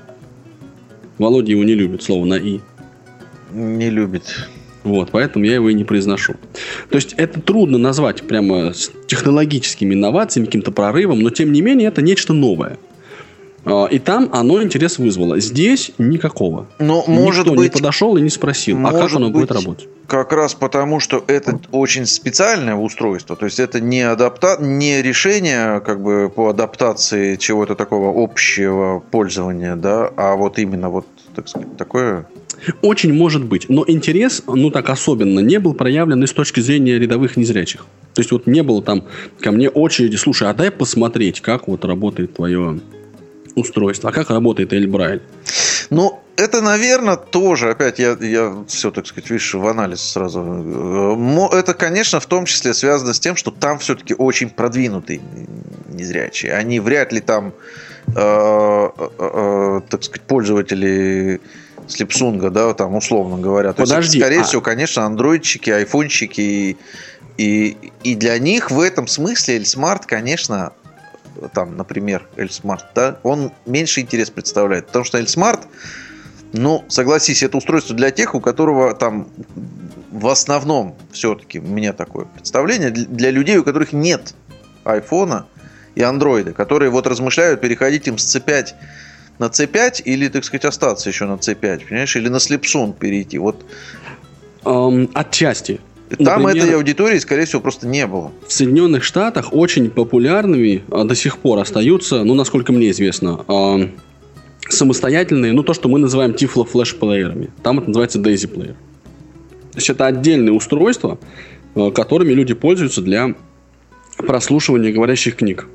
Володя его не любит, слово на «и». Не любит. Вот, поэтому я его и не произношу. То есть это трудно назвать прямо технологическими инновациями, каким-то прорывом, но тем не менее это нечто новое. И там оно интерес вызвало. Здесь никакого. Но, может Никто быть, не подошел и не спросил, а как оно будет работать. Как раз потому, что это очень специальное устройство. То есть это не, адапта... не решение как бы, по адаптации чего-то такого общего пользования, да, а вот именно вот, так сказать, такое... Очень может быть. Но интерес, ну так особенно, не был проявлен и с точки зрения рядовых незрячих. То есть вот не было там ко мне очереди, слушай, а дай посмотреть, как вот работает твое устройство, а как работает Эльбрайль. Ну, это, наверное, тоже, опять я, я все, так сказать, видишь, в анализ сразу. Это, конечно, в том числе связано с тем, что там все-таки очень продвинутые незрячие. Они вряд ли там, э, э, э, так сказать, пользователи Слепсунга, да, там, условно говоря. То Подожди, есть, скорее а... всего, конечно, андроидчики, айфончики. И, и, и для них в этом смысле Эльсмарт, конечно... Там, например, Эльсмарт, да, он меньше интерес представляет. Потому что Эльсмарт, ну, согласись, это устройство для тех, у которого там в основном все-таки, у меня такое представление, для людей, у которых нет айфона и андроида, которые вот размышляют, переходить им с си пять на си пять или, так сказать, остаться еще на си пять, понимаешь, или на Слепсунг перейти. Вот. Um, отчасти. Там Например, этой аудитории, скорее всего, просто не было. В Соединенных Штатах очень популярными а, до сих пор остаются, ну, насколько мне известно, а, самостоятельные, ну, то, что мы называем тифло-флеш-плеерами. Там это называется Daisy Player. То есть это отдельные устройства, а, которыми люди пользуются для прослушивания говорящих книг.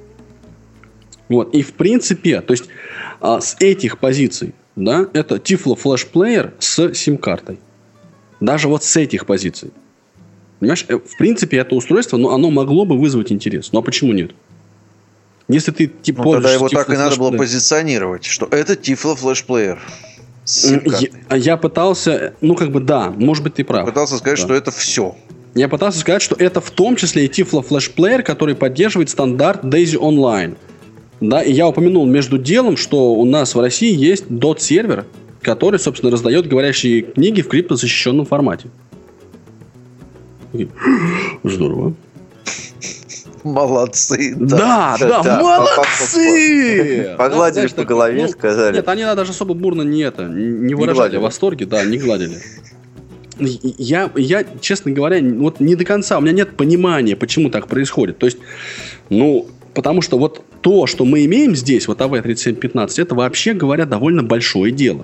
Вот. И в принципе, то есть а, с этих позиций, да, это тифло-флеш-плеер с сим-картой. Даже вот с этих позиций. Понимаешь, в принципе, это устройство, ну, оно могло бы вызвать интерес. Ну, а почему нет? Если ты типа ну, тогда его так и надо было позиционировать, что это тифло-флеш-плеер. Я, я пытался, ну, как бы, да, может быть, ты прав. Пытался сказать, да. что это все. Я пытался сказать, что это в том числе и тифло-флеш-плеер, который поддерживает стандарт Daisy Online. Да, и я упомянул между делом, что у нас в России есть дот-сервер, который, собственно, раздает говорящие книги в криптозащищенном формате. Здорово. Молодцы. Да, да, да, да молодцы! Погладили по голове, сказали. Нет, они даже особо бурно не это, не выражали восторги, да, не гладили. Я, я, честно говоря, вот не до конца, у меня нет понимания, почему так происходит. То есть, ну, потому что вот то, что мы имеем здесь, вот эй ви тридцать семь пятнадцать, это, вообще говоря, довольно большое дело.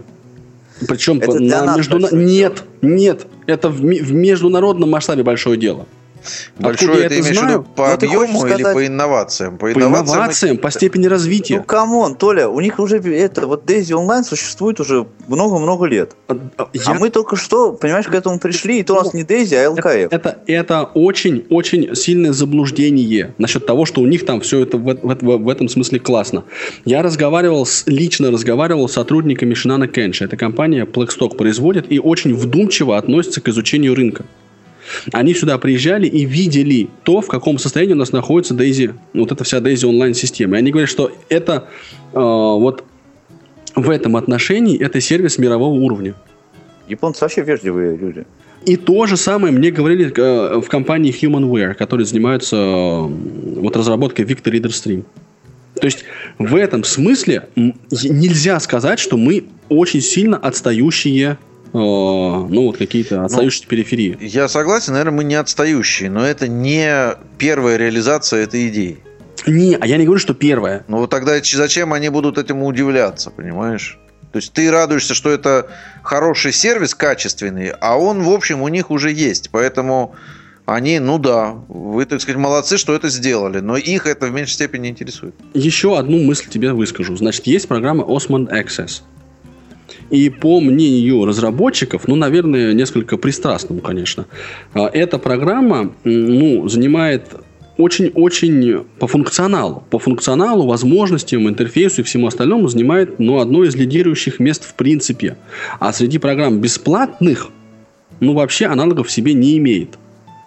Причем это на между... Нет, нет, это в, в международном масштабе большое дело. Большой, я это это имеешь в знаю? виду по Но ты хочешь объему или сказать- по инновациям? По инновациям, по степени развития. Ну, камон, Толя, у них уже это, вот DayZ Online существует уже много-много лет. А А мы только что, понимаешь, к этому пришли, и то у нас не DayZ, а эл ка эф. Это, это очень-очень сильное заблуждение насчет того, что у них там все это в, в, в этом смысле классно. Я разговаривал, с, лично разговаривал с сотрудниками Shinano Kenshin. Эта компания Blackstock производит и очень вдумчиво относится к изучению рынка. Они сюда приезжали и видели то, в каком состоянии у нас находится DayZ, вот эта вся DayZ онлайн-система. И они говорят, что это э, вот в этом отношении это сервис мирового уровня. Японцы вообще вежливые люди. И то же самое мне говорили э, в компании HumanWare, которые занимаются э, вот, разработкой Victor Reader Stream. То есть в этом смысле м, нельзя сказать, что мы очень сильно отстающие, э, ну вот какие-то отстающие ну, периферии. Я согласен, наверное, мы не отстающие, но это не первая реализация этой идеи. Не, а я не говорю, что первое. Ну вот тогда зачем они будут этому удивляться, понимаешь? То есть ты радуешься, что это хороший сервис, качественный, а он, в общем, у них уже есть. Поэтому они, ну да, вы, так сказать, молодцы, что это сделали, но их это в меньшей степени интересует. Еще одну мысль тебе выскажу. Значит, есть программа Osmond Access. И по мнению разработчиков, ну, наверное, несколько пристрастному, конечно, эта программа, ну, занимает очень-очень по функционалу. По функционалу, возможностям, интерфейсу и всему остальному занимает, ну, одно из лидирующих мест в принципе. А среди программ бесплатных, ну, вообще аналогов в себе не имеет.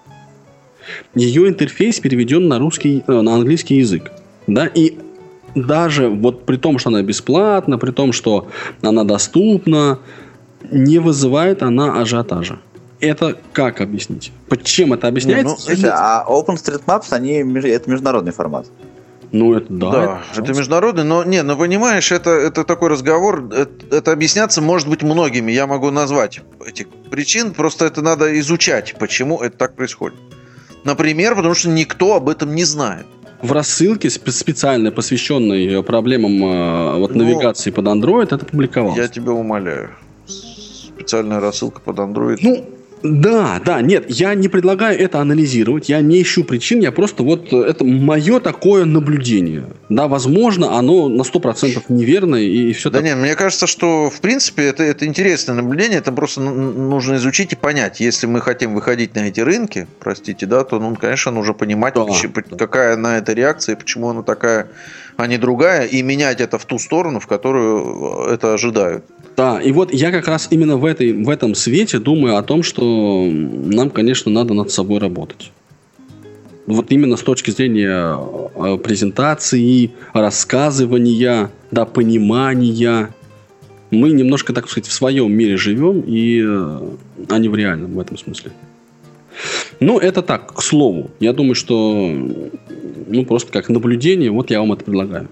Ее интерфейс переведен на русский, на английский язык. Да, и даже вот при том, что она бесплатна, при том, что она доступна, не вызывает она ажиотажа. Это как объяснить? Чем это объясняется? Не, ну, слушай, а OpenStreetMaps, они, это международный формат. Ну, это да. Да, это, это международный, но, не, ну, понимаешь, это, это такой разговор, это, это объясняться может быть многими. Я могу назвать этих причин, просто это надо изучать, почему это так происходит. Например, потому что никто об этом не знает. В рассылке специально посвященной проблемам вот, ну, навигации под Android это публиковалось. Я тебя умоляю. Специальная рассылка под Android. Ну, да, да, нет, я не предлагаю это анализировать, я не ищу причин, я просто вот, это мое такое наблюдение. Да, возможно, оно на сто процентов неверное и, и все да так. нет, мне кажется, что в принципе это, это интересное наблюдение, это просто нужно изучить и понять. Если мы хотим выходить на эти рынки, простите, да, то, ну, конечно, нужно понимать, да, почему, да. какая на это реакция, почему она такая, а не другая, и менять это в ту сторону, в которую это ожидают. Да, и вот я как раз именно в, этой, в этом свете думаю о том, что нам, конечно, надо над собой работать. Вот именно с точки зрения презентации, рассказывания, да, понимания. Мы немножко, так сказать, в своем мире живем, и, а не в реальном в этом смысле. Ну, это так, к слову. Я думаю, что ну, просто как наблюдение, вот я вам это предлагаю.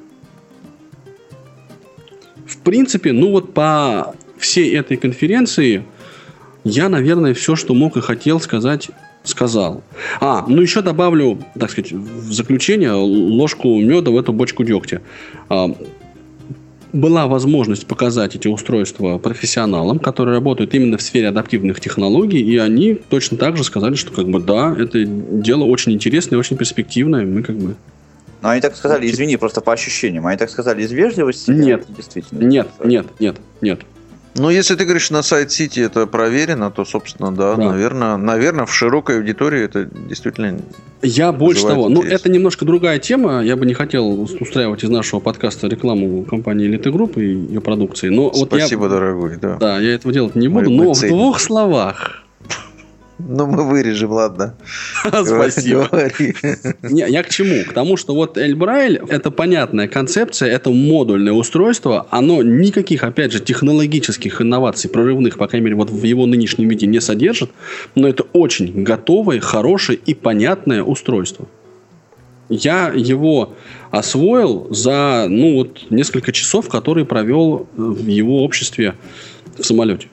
В принципе, ну вот по всей этой конференции я, наверное, все, что мог и хотел сказать, сказал. А, ну еще добавлю, так сказать, в заключение ложку меда в эту бочку дегтя. Была возможность показать эти устройства профессионалам, которые работают именно в сфере адаптивных технологий, и они точно так же сказали, что как бы да, это дело очень интересное, очень перспективное, мы как бы... Но они так сказали, извини, просто по ощущениям. Они так сказали из вежливости? Нет, действительно. Нет, нет, нет, нет. Ну, если ты говоришь, на сайт Сити это проверено, то, собственно, да, да. Наверное, наверное, в широкой аудитории это действительно... Я больше того, ну, это немножко другая тема. Я бы не хотел устраивать из нашего подкаста рекламу компании Elite Group и ее продукции. Но Спасибо, вот я, дорогой. Да. да, я этого делать не буду, мы, но мы в двух словах... Ну, мы вырежем, ладно. Спасибо. Не, я к чему? К тому, что вот Эльбрайль – это понятная концепция, это модульное устройство. Оно никаких, опять же, технологических инноваций, прорывных, по крайней мере, вот в его нынешнем виде не содержит. Но это очень готовое, хорошее и понятное устройство. Я его освоил за, ну, вот, несколько часов, которые провел в его обществе в самолете.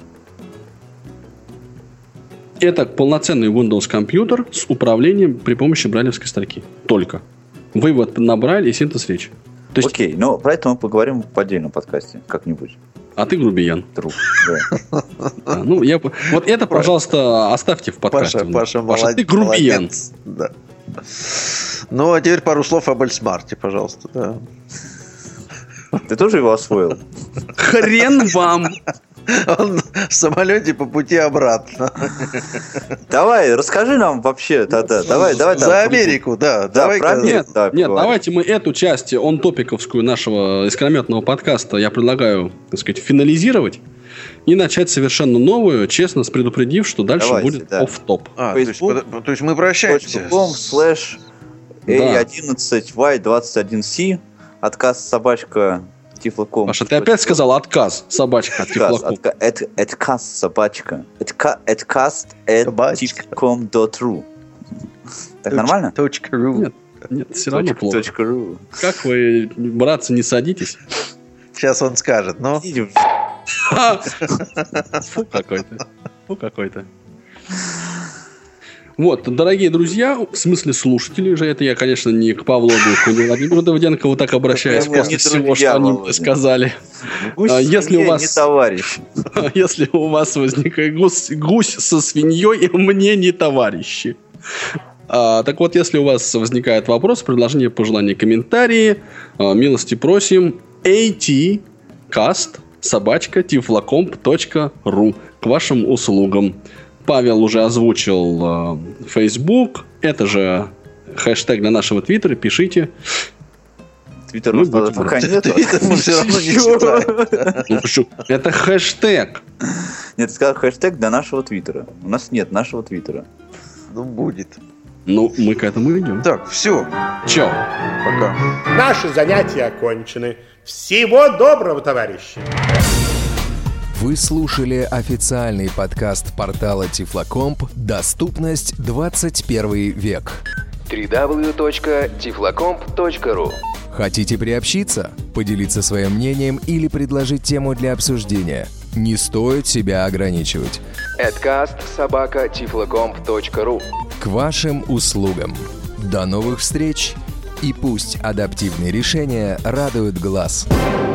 Это полноценный Windows компьютер с управлением при помощи брайлевской строки. Только. Вывод на брайль и синтез речи. То есть... Окей, но про это мы поговорим в отдельном подкасте как-нибудь. А ты грубиян. Друг, да. А, ну, я, вот это, пожалуйста, оставьте в подкасте. Паша, Паша, Паша молодец, ты грубиян. молодец. Да. Ну, а теперь пару слов об Эльсмарте, пожалуйста. Да. Ты тоже его освоил? Хрен вам! Он в самолете по пути обратно. Давай, расскажи нам вообще тогда. Давай, давай. За там, Америку, да. Да, давай про Америку. Нет, давай нет, поговорим. давайте мы эту часть он-топиковскую нашего искрометного подкаста я предлагаю, так сказать, финализировать и начать совершенно новую, честно, предупредив, что дальше Давайте, будет да. офф-топ. А, то есть, Facebook. под- то есть мы прощаемся. .com слэш эй одиннадцать вай двадцать один си отказ собачка тифлоком. Паша, ты опять сказал отказ, собачка от Отказ, Тифлоком. отка- эт- Отказ собачка. Отка- Отказ at Собачка. tiflocom dot ru. Так нормально? Точка ру. Нет, нет, все равно Точка- плохо. точка ру. Как вы, братцы, не садитесь? Сейчас он скажет, ну. Иди в- Фу какой-то. Фу какой-то. Вот, дорогие друзья, в смысле слушатели уже, это я, конечно, не к Павлу Духу, не Владимиру Давыденко вот так обращаюсь Прямо после не всего, друзья, что они Володя. сказали. Гусь А, в если семье у вас- не товарищ. Если у вас возникает гусь, гусь со свиньей, мне не товарищи. А, так вот, если у вас возникает вопрос, предложение, пожелания, комментарии, а, милости просим. atcast собачка тифлокомп точка ру к вашим услугам. Павел уже озвучил э, Facebook. Это же хэштег для нашего твиттера. Пишите. Твиттер Мы у нас будем пока рады. нету. Твиттер мы всё равно не читаем. Ну, пишу. Это хэштег. Нет, ты сказал хэштег для нашего твиттера. У нас нет нашего твиттера. Ну, будет. Ну, мы к этому идем. Так, все. Чё? Пока. Наши занятия окончены. Всего доброго, товарищи! Вы слушали официальный подкаст портала Тифлокомп «Доступность двадцать первый век». дабл ю дабл ю дабл ю точка тифлокомп точка ру. Хотите приобщиться, поделиться своим мнением или предложить тему для обсуждения? Не стоит себя ограничивать. Эдкаст собака тифлокомп точка ру. К вашим услугам. До новых встреч! И пусть адаптивные решения радуют глаз.